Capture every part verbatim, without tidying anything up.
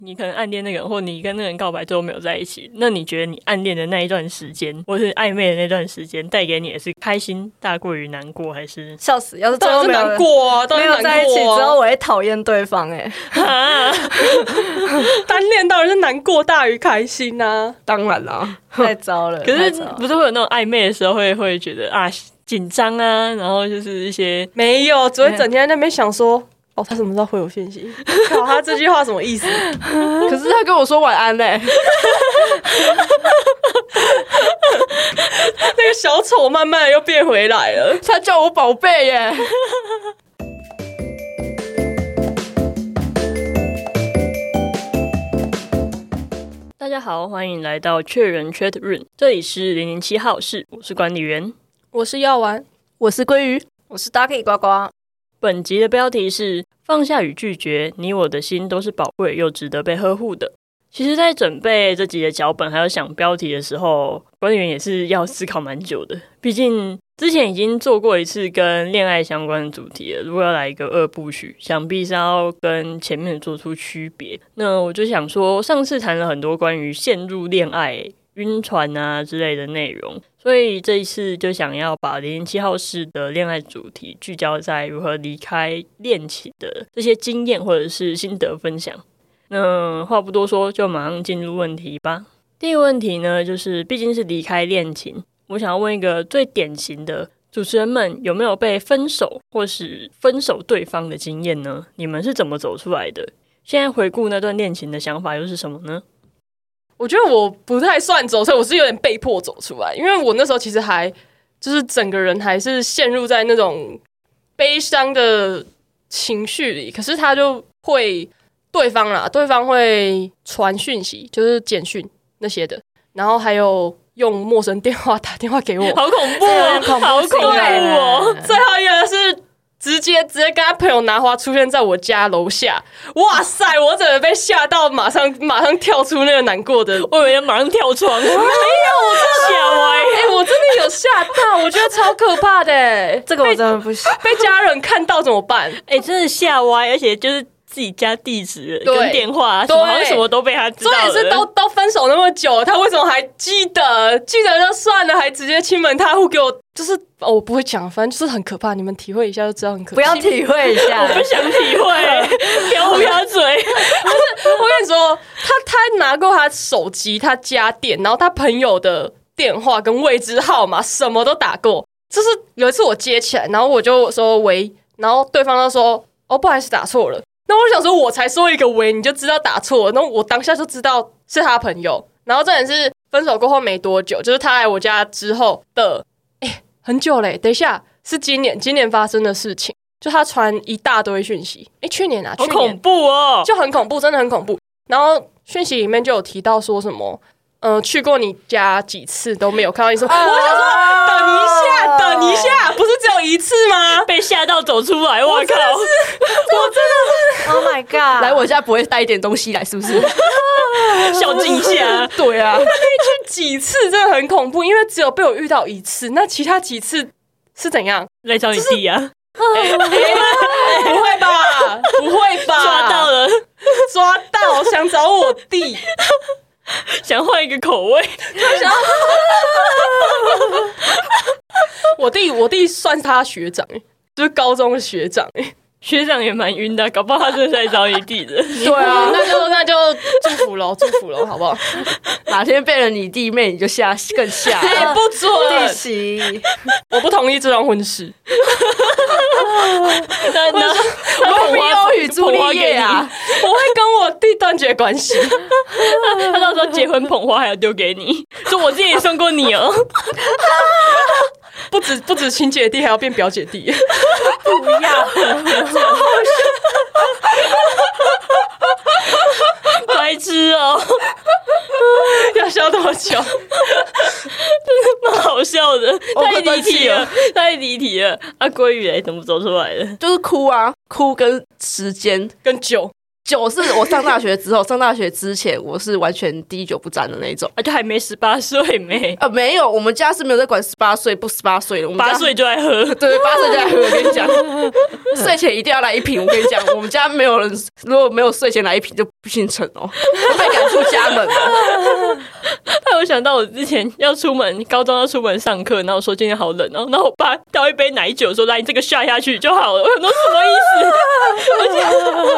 你可能暗恋那个人，或你跟那个人告白最后没有在一起，那你觉得你暗恋的那一段时间，或是暧昧的那段时间，带给你的是开心大过于难过，还是笑死？要是最后没有难过啊， 没有在一起之后，我会讨厌对方哎、欸。 单恋当然是难过大于开心啊， 当然啦，太糟了。 可是不是会有那种暧昧的时候会会觉得啊紧张啊，然后就是一些没有，只会整天在那边想说。哦，他什么时候回我讯息？靠，他这句话什么意思？ 可是他跟我说晚安嘞、欸。 那个小丑慢慢的又变回来了， 他叫我宝贝耶。 大家好，欢迎来到确认 Chat Room， 这里是零零七号室，我是管理员， 我是药丸， 我是鲑鱼，我是 Ducky 呱呱。 本集的标题是放下与拒绝，你我的心都是宝贵又值得被呵护的。其实在准备这集的脚本还有想标题的时候，管理员也是要思考蛮久的，毕竟之前已经做过一次跟恋爱相关的主题了，如果要来一个二部曲，想必是要跟前面做出区别。那我就想说，上次谈了很多关于陷入恋爱晕船啊之类的内容，所以这一次就想要把零零七号室的恋爱主题聚焦在如何离开恋情的这些经验或者是心得分享。那话不多说，就马上进入问题吧。第一个问题呢，就是毕竟是离开恋情，我想要问一个最典型的，主持人们有没有被分手或是分手对方的经验呢？你们是怎么走出来的？现在回顾那段恋情的想法又是什么呢？ 我觉得我不太算走出来，我是有点被迫走出来，因为我那时候其实还就是整个人还是陷入在那种悲伤的情绪里，可是他就会对方啦，对方会传讯息，就是简讯那些的，然后还有用陌生电话打电话给我， 好恐怖哦，好恐怖哦！ 最后一个是直接直接跟他朋友拿花出现在我家楼下，哇塞！我整个被吓到，马上马上跳出那个难过的， 我以为要马上跳窗，没有，我真的吓歪， 哎、欸，我真的有吓到，我觉得超可怕的、欸， 这个我真的不行， 被家人看到怎么办？ 哎、欸，真的吓歪，而且就是自己家地址跟电话，什么好像什么都被他知道了。 重点是都都分手那么久，他为什么还记得？记得就算了，还直接亲门踏户给我，就是哦，我不会讲，反正就是很可怕。你们体会一下就知道很可怕。 不要体会一下， 我不想体会，飘不要嘴。 不是，我跟你说，他他拿过他手机、他家电，然后他朋友的电话跟未知号码，什么都打过。就是有一次我接起来，然后我就说喂，然后对方就说哦，不好意思，打错了。那我想说，我才说一个喂，你就知道打错了。那我当下就知道是他朋友。然后这也是分手过后没多久，就是他来我家之后的，哎、欸，很久嘞。等一下，是今年今年发生的事情。就他传一大堆讯息，哎、欸，去年啊， 好恐怖哦， 就很恐怖，真的很恐怖。然后讯息里面就有提到说什么，呃，去过你家几次都没有看到你说，啊、我想说等一下，等一下，不是只有一次吗？ 被吓到走出来，我靠！我真的是 ，Oh my god！ 来我家不会带一点东西来，是不是？ 小惊吓， 对啊，那去几次真的很恐怖，因为只有被我遇到一次，那其他几次是怎样？ 来找你弟啊？ 欸欸、不会吧？不会吧？ 抓到了， 抓到！想找我弟。 想换一个口味， 想我弟，我弟算是他学长，就是高中的学长， 学长也蛮晕的，搞不好他就是来找你弟的。 对啊，那就那就祝福了，祝福了，好不好？ 哪天变了你弟妹，你就吓更吓， 哎、欸，不准弟媳， 我不同意这桩婚事。 那那我罗密欧与朱丽叶啊， 我会跟我弟断绝关系。 他到时候结婚捧花还要丢给你，说我之前也送过你哦。 不止不止亲姐弟，还要变表姐弟。 不要， 白痴哦！ 要笑多久？真的蛮好笑的，太离题了，太离题了。啊，鲑鱼嘞，怎么走出来的？ 就是哭啊，哭跟时间跟酒。 酒是我上大学之后，上大学之前我是完全滴酒不沾的那一种， 啊，就还没十八岁没？ 呃，没有，我们家是没有在管十八岁不十八岁的，我们八岁就爱喝， 对，八岁就爱喝。我跟你讲，睡前一定要来一瓶。我跟你讲，我们家没有人如果没有睡前来一瓶就不姓陈哦，被赶出家门了。 他有想到我之前要出门，高中要出门上课，然后我说今天好冷哦，然后我爸倒一杯奶酒说来你这个下下去就好了，我想说什么意思？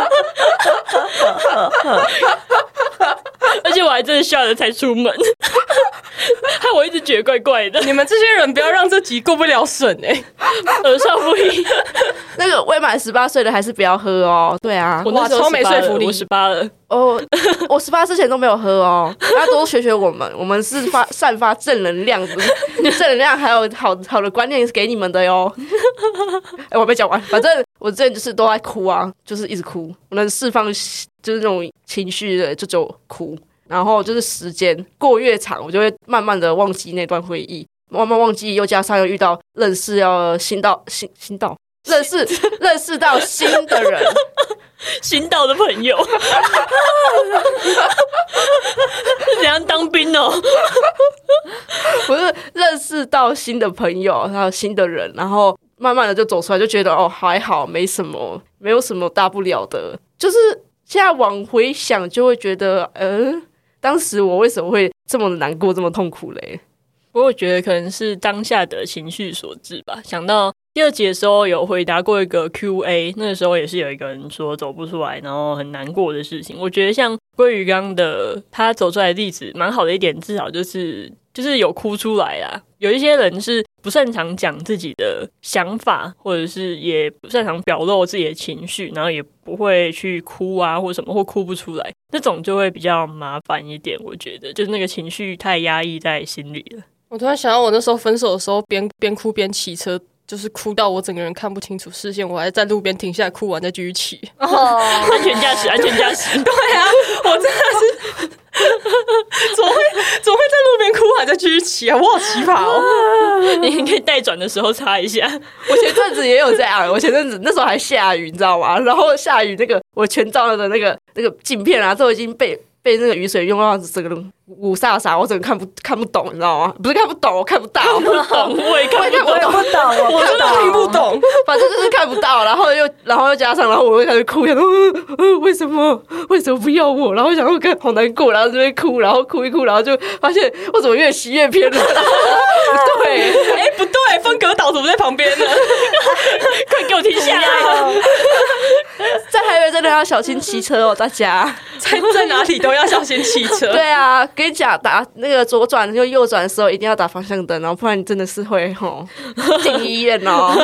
而且我还真的下了才出门，害我一直觉得怪怪的。 你们这些人不要让这集过不了审哎、欸， 耳少不一。 那个未满十八岁的还是不要喝哦。对啊， 我那时候超没说服力， 我十八了。 哦，我十八之前都没有喝哦，大家多学学我们，我们是发散发正能量的，正能量还有好好的观念是给你们的哟。哎、欸，我没讲完，反正我之前就是都在哭啊，就是一直哭，我能释放就是那种情绪的就只有哭，然后就是时间过越长，我就会慢慢的忘记那段回忆，慢慢忘记，又加上又遇到认识要新到新新到认识认识到新的人。 新到的朋友，是怎样当兵哦？ 不是认识到新的朋友，还有新的人，然后慢慢的就走出来，就觉得哦还好，没什么，没有什么大不了的。就是现在往回想，就会觉得，嗯、呃，当时我为什么会这么难过，这么痛苦嘞？ 不过我觉得可能是当下的情绪所致吧。想到第二集的时候有回答过一个 Q A， 那个时候也是有一个人说走不出来，然后很难过的事情。我觉得像鲑鱼缸的他走出来的例子蛮好的一点，至少就是就是有哭出来啦。有一些人是不擅长讲自己的想法，或者是也不擅长表露自己的情绪，然后也不会去哭啊或什么，或哭不出来，那种就会比较麻烦一点。我觉得就是那个情绪太压抑在心里了。 我突然想到，我那时候分手的时候，边边哭边骑车，就是哭到我整个人看不清楚视线，我还在路边停下来哭完再继续骑。 哦，安全驾驶，安全驾驶。 对啊，我真的是怎么会怎么会在路边哭还在继续骑啊？我好奇葩哦！ 你可以待转的时候擦一下。 我前阵子也有这样，我前阵子那时候还下雨，你知道吗？然后下雨那个我全照的那个那个镜片啊，都已经被。被那个雨水用到整个五煞煞，我整个看不看不懂，你知道吗？不是看不懂，我看不到， 看不懂，我也看不懂， 我也不懂，我真的听不懂。 反正就是看不到，然后又然后又加上，然后我又开始哭，想说、呃呃、为什么为什么不要我？然后想说看好难过，然后这边哭，然后哭一哭，然后就发现我怎么越骑越偏了。不对， 哎、欸，不对，分隔岛怎么在旁边呢？ 快给我停下来！ 在台北真的要小心骑车哦，大家在在哪里都要小心骑车。 对啊，跟你讲，打那个左转又右转的时候一定要打方向灯，然后不然你真的是会吼进医院哦。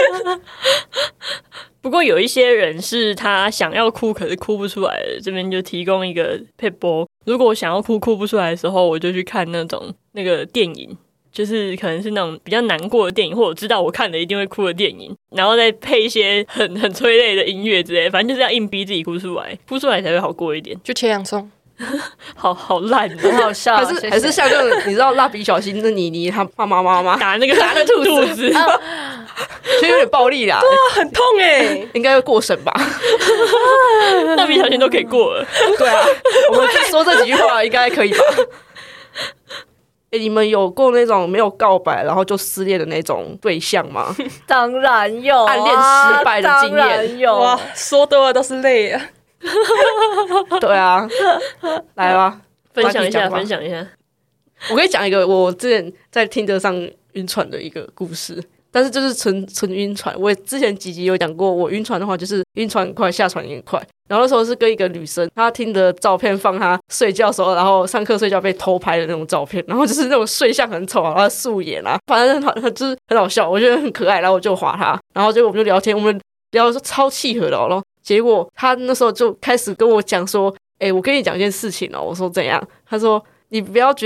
不过有一些人是他想要哭可是哭不出来的，这边就提供一个撇步。如果我想要哭哭不出来的时候，我就去看那种那个电影，就是可能是那种比较难过的电影，或者知道我看了一定会哭的电影，然后再配一些很很催泪的音乐之类，反正就是要硬逼自己哭出来，哭出来才会好过一点。 就切洋葱。 好好烂， 很好笑，还是谢谢还是像那种你知道蜡笔小新的妮妮，他爸妈妈妈打那个打那个兔子， 子就有点暴力啦。 对啊，很痛哎、欸， 应该会过审吧？ 蜡笔小新都可以过了。 对啊，我们说这几句话应该可以吧？欸，你们有过那种没有告白然后就失恋的那种对象吗？ 当然有、啊， 暗恋失败的经验， 当然有。 哇，说多了都是泪啊。 对啊，来吧， 分享一下，分享一下。 我可以讲一个我之前在听得上晕船的一个故事，但是就是纯纯晕船。我之前几集有讲过，我晕船的话就是晕船很快，下船也很快。然后那时候是跟一个女生，她听的照片放她睡觉的时候，然后上课睡觉被偷拍的那种照片，然后就是那种睡相很丑啊，然后素颜啊，反正很好，就是很好笑，我觉得很可爱，然后我就滑她，然后结果我们就聊天，我们聊的时候超契合的哦，然后结果她那时候就开始跟我讲说，哎、欸，我跟你讲一件事情哦，我说怎样？她说你不要觉得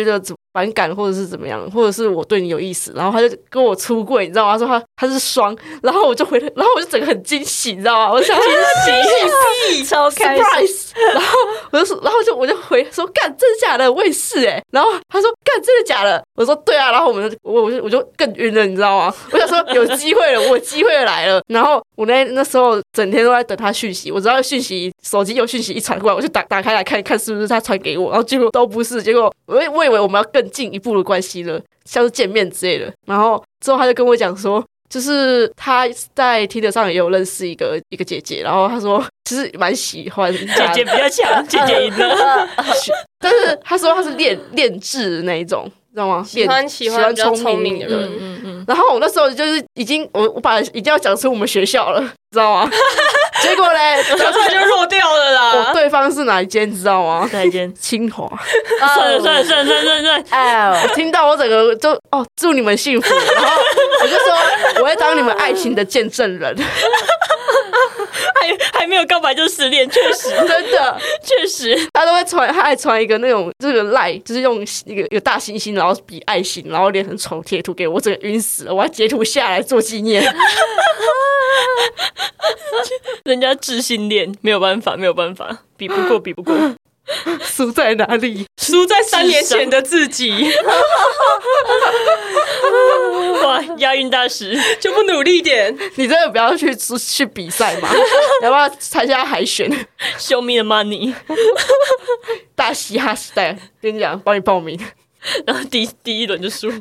反感或者是怎么样，或者是我对你有意思，然后他就跟我出柜，你知道吗？他说他他是双，然后我就回来，然后我就整个很惊喜，你知道吗？我想惊喜，超开心 surprise， 然后我就说，然后就我就回说干真的假的，我也是哎、欸，然后他说干真的假的，我说对啊，然后我们我我就我就更晕了，你知道吗？我想说有机会了，我机会来了，然后我那那时候整天都在等他讯息，我知道讯息手机有讯息一传过来，我就打打开来看看是不是他传给我，然后结果都不是，结果我我以为我们要更进一步的关系了，像是见面之类的，然后之后他就跟我讲说。就是他在 Tinder 上也有认识一个一个姐姐，然后他说其实蛮喜欢姐姐比较强，姐姐赢了。 但是他说他是恋恋智的那一种，知道吗？ 喜欢喜欢比较聪明的人。 嗯嗯嗯。 然后我那时候就是已经我我把已经要讲出我们学校了，知道吗？结果嘞， 讲出来就弱掉了啦。 我对方是哪一间，知道吗？ 哪一间？ 清华。 算了算了算了算了算了。 哎，我听到我整个就哦，祝你们幸福。然后我就说我会当你们爱情的见证人。 还还没有告白就失恋，确实真的确实， 他都会传，他还传一个那种这个赖，就是用一个一个大猩猩，然后比爱心，然后脸很丑贴图给我，我整个晕死了，我还截图下来做纪念。 人家智性恋，没有办法，没有办法，比不过，比不过。 输在哪里？ 输在三年前的自己。 哇，押韵大师就不努力一点？ 你真的不要去去比赛吗？要不要参加海选 ？Show me the money， 大嘻哈时代，跟你讲，帮你报名， 然后第第一轮就输。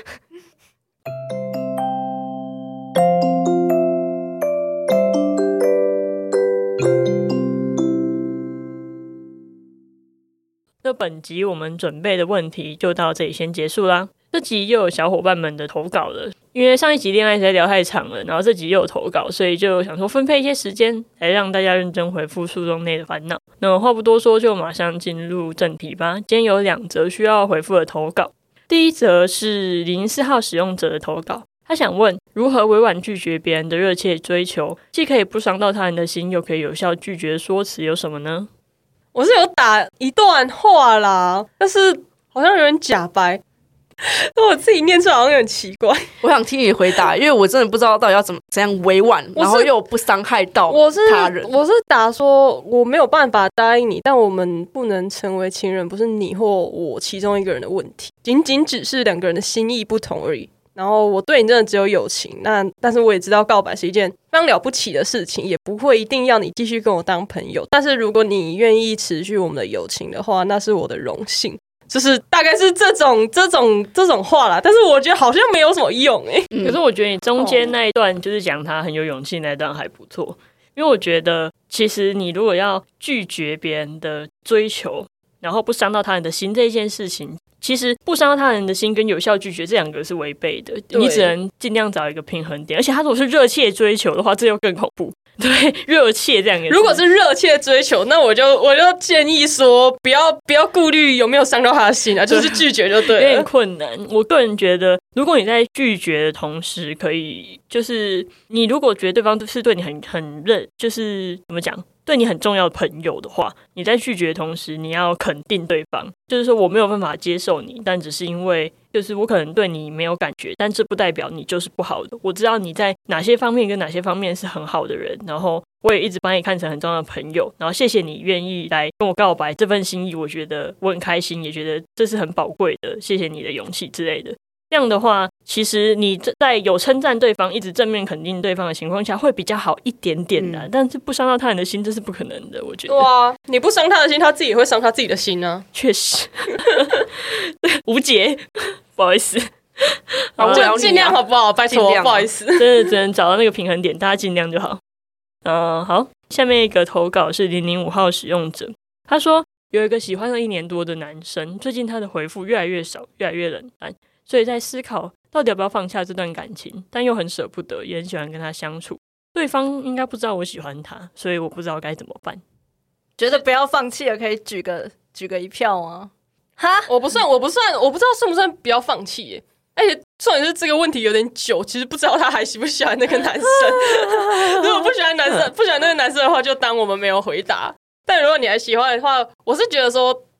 那本集我们准备的问题就到这里先结束啦。这集又有小伙伴们的投稿了，因为上一集恋爱实在聊太长了，然后这集又有投稿，所以就想说分配一些时间来让大家认真回复书中内的烦恼。那话不多说，就马上进入正题吧。今天有两则需要回复的投稿，第一则是零四号使用者的投稿，他想问如何委婉拒绝别人的热切追求，既可以不伤到他人的心，又可以有效拒绝的说辞有什么呢？ 我是有打一段话啦，但是好像有点假白，那我自己念出来好像有点奇怪。 我想听你回答，因为我真的不知道到底要怎么怎样委婉，然后又不伤害到他人。 我是我是打说我没有办法答应你，但我们不能成为情人，不是你或我其中一个人的问题，仅仅只是两个人的心意不同而已。然后我对你真的只有友情，那但是我也知道告白是一件非常了不起的事情，也不会一定要你继续跟我当朋友，但是如果你愿意持续我们的友情的话，那是我的荣幸。就是大概是这种这种这种话啦，但是我觉得好像没有什么用诶、欸嗯。可是我觉得你中间那一段就是讲他很有勇气那一段还不错，因为我觉得其实你如果要拒绝别人的追求，然后不伤到他人的心这件事情，其实不伤到他人的心跟有效拒绝这两个是违背的，你只能尽量找一个平衡点。而且他如果是热切追求的话，这又更恐怖。对，热切这样。 如果是热切追求，那我就我就建议说，不要不要顾虑有没有伤到他的心啊，就是拒绝就对了。 有点困难。我个人觉得，如果你在拒绝的同时，可以就是你如果觉得对方是对你很很认，就是怎么讲？对你很重要的朋友的话，你在拒绝的同时，你要肯定对方，就是说我没有办法接受你，但只是因为就是我可能对你没有感觉，但这不代表你就是不好的。我知道你在哪些方面跟哪些方面是很好的人，然后我也一直把你看成很重要的朋友，然后谢谢你愿意来跟我告白，这份心意我觉得我很开心，也觉得这是很宝贵的，谢谢你的勇气之类的。这样的话，其实你在有称赞对方，一直正面肯定对方的情况下，会比较好一点点的、嗯。但是不伤到他人的心，这是不可能的，我觉得。 哇，你不伤他的心，他自己也会伤他自己的心呢、啊。 确实，无解，不好意思， 好就尽量好不好？拜托，不好意思， 真的只能找到那个平衡点，大家尽量就好。嗯、呃，好，下面一个投稿是零零五号使用者，他说有一个喜欢了一年多的男生，最近他的回复越来越少，越来越冷淡。所以在思考到底要不要放下这段感情，但又很舍不得，也很喜欢跟他相处。对方应该不知道我喜欢他，所以我不知道该怎么办。 觉得不要放弃了，可以举个举个一票吗？ 哈，我不算，我不算，我不知道算不算不要放弃耶。而且重点是这个问题有点久，其实不知道他还喜不喜欢那个男生。如果不喜欢男生，不喜欢那个男生的话，就当我们没有回答。但如果你还喜欢的话，我是觉得说。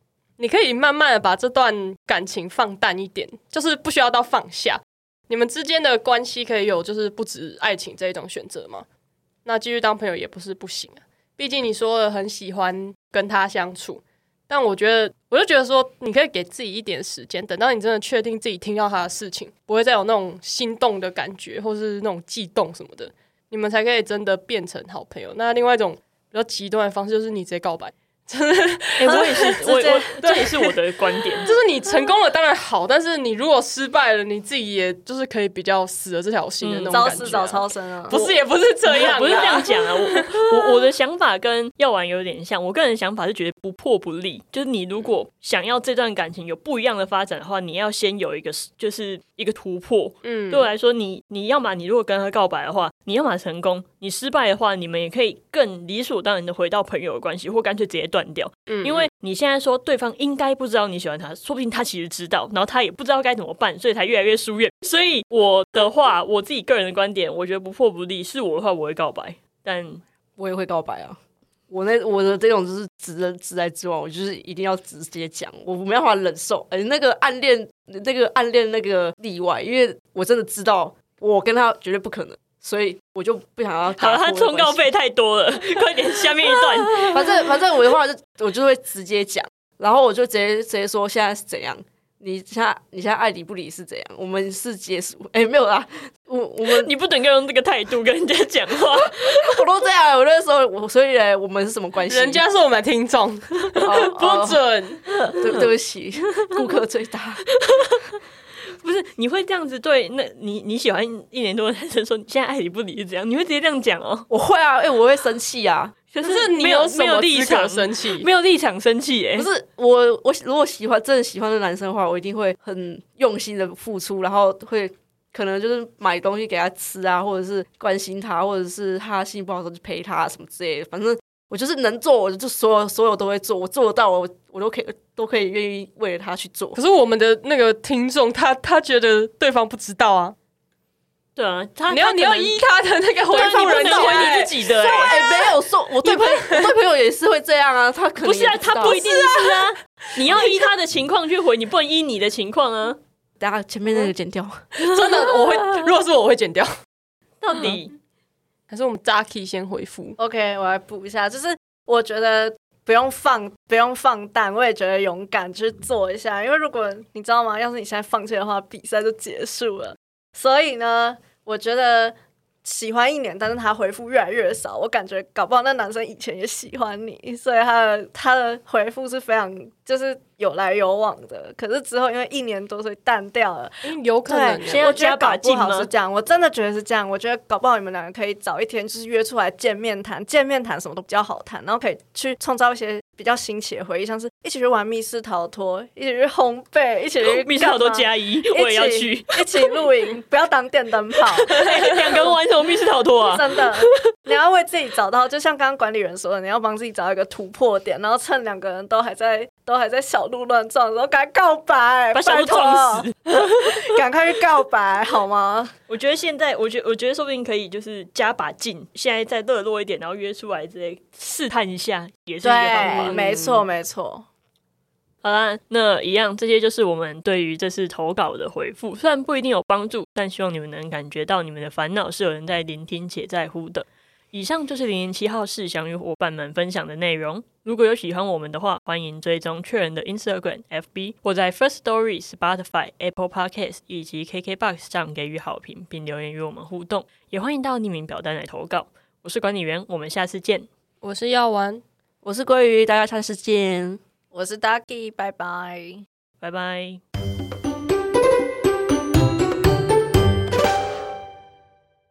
你可以慢慢的把这段感情放淡一点，就是不需要到放下。你们之间的关系可以有就是不止爱情这一种选择吗？那继续当朋友也不是不行啊。毕竟你说了很喜欢跟他相处，但我觉得我就觉得说你可以给自己一点时间，等到你真的确定自己听到他的事情不会再有那种心动的感觉或是那种悸动什么的，你们才可以真的变成好朋友。那另外一种比较极端的方式就是你直接告白。 欸、我也是，我我这也是我的观点， 就是你成功了当然好，但是你如果失败了，你自己也就是可以比较死了这条心的那种感觉、啊早死早超生啊！ 不是，也不是这样、啊， 不是这样讲啊。我我我的想法跟药丸有点像，我个人想法是觉得不破不立，就是你如果想要这段感情有不一样的发展的话，你要先有一个就是一个突破。嗯，对我来说，你你要嘛，你如果跟他告白的话，你要嘛成功，你失败的话，你们也可以更理所当然的回到朋友的关系，或干脆直接断掉。嗯，因为你现在说对方应该不知道你喜欢他，说不定他其实知道，然后他也不知道该怎么办，所以才越来越疏远。所以我的话，我自己个人的观点，我觉得不破不立。是我的话，我会告白，但我也会告白啊。我那我的这种就是直人直来直往，我就是一定要直接讲，我没办法忍受。而、欸、那个暗恋，那个暗恋那个例外，因为我真的知道我跟他绝对不可能。所以我就不想要打。 好，他通告费太多了，快点下面一段。 反正反正我的话就我就会直接讲，然后我就直接直接说现在是怎样，你现在你现在爱理不理是怎样，我们是结束。哎、欸，没有啦，我我们你不能够用这个态度跟人家讲话， 我都这样。我那时候我所以呢，我们是什么关系？ 人家是我们听众，不准。 对对不起，顾客最大。 不是，你会这样子对那你你喜欢一年多的男生说你现在爱理不理是怎样？你会直接这样讲哦？ 我会啊，哎、欸，我会生气啊。 可是你有什么立场生气？ 没有立场生气哎、欸。 不是我，我如果喜欢真的喜欢的男生的话，我一定会很用心的付出，然后会可能就是买东西给他吃啊，或者是关心他，或者是他心情不好的时候就陪他什么之类的。反正我就是能做，我就所有所有都会做，我做得到，我我都可以都可以愿意为了他去做。 可是我们的那个听众，他他觉得对方不知道啊。 对啊，他你要你要依他的那个回复人家， 回你自己的哎、欸欸，没有说我对朋友我对朋友也是会这样啊，他可能不是啊，他不一定是啊，你要依他的情况去回，你不能依你的情况啊。 等下前面那个剪掉， 真的我会，如果是我会剪掉。 到底、嗯、 还是我们 Jackie 先回复 ？OK， 我来补一下，就是我觉得不用放不用放淡，我也觉得勇敢去做一下，因为如果你知道吗，要是你现在放弃的话，比赛就结束了。所以呢，我觉得喜欢一年，但是他回复越来越少，我感觉搞不好那男生以前也喜欢你，所以他的他的回复是非常就是有来有往的。可是之后因为一年多，所以淡掉了。 嗯、有可能， 我觉得搞不好是这样，我真的觉得是这样。我觉得搞不好你们两个可以早一天就是约出来见面谈，见面谈什么都比较好谈，然后可以去创造一些比较新奇的回忆，像是一起去玩密室逃脱，一起去烘焙，一起去密室逃脱加一，我也要去， 一起露营，不要当电灯泡。 两个人玩什么密室逃脱啊？ 真的，你要为自己找到，就像刚刚管理员说的，你要帮自己找一个突破点，然后趁两个人都还在都还在小鹿乱撞的时候，赶快告白， 把小鹿撞死， 赶快去告白好吗？ 我觉得现在，我觉得我觉得说不定可以，就是加把劲，现在再热络一点，然后约出来之类试探一下，也是一个方法。 对，没错没错。 好啦，那一样，这些就是我们对于这次投稿的回复，虽然不一定有帮助，但希望你们能感觉到你们的烦恼是有人在聆听且在乎的。以上就是零零七号室想与伙伴们分享的内容。如果有喜欢我们的话，欢迎追踪确认的 Instagram、F B 或在 Firstory、Spotify、Apple Podcast 以及 K K B O X 上给予好评，并留言与我们互动。也欢迎到匿名表单来投稿。我是管理员，我们下次见。 我是药丸， 我是鲑鱼，大家下次见。 我是 Ducky， 拜拜， 拜拜。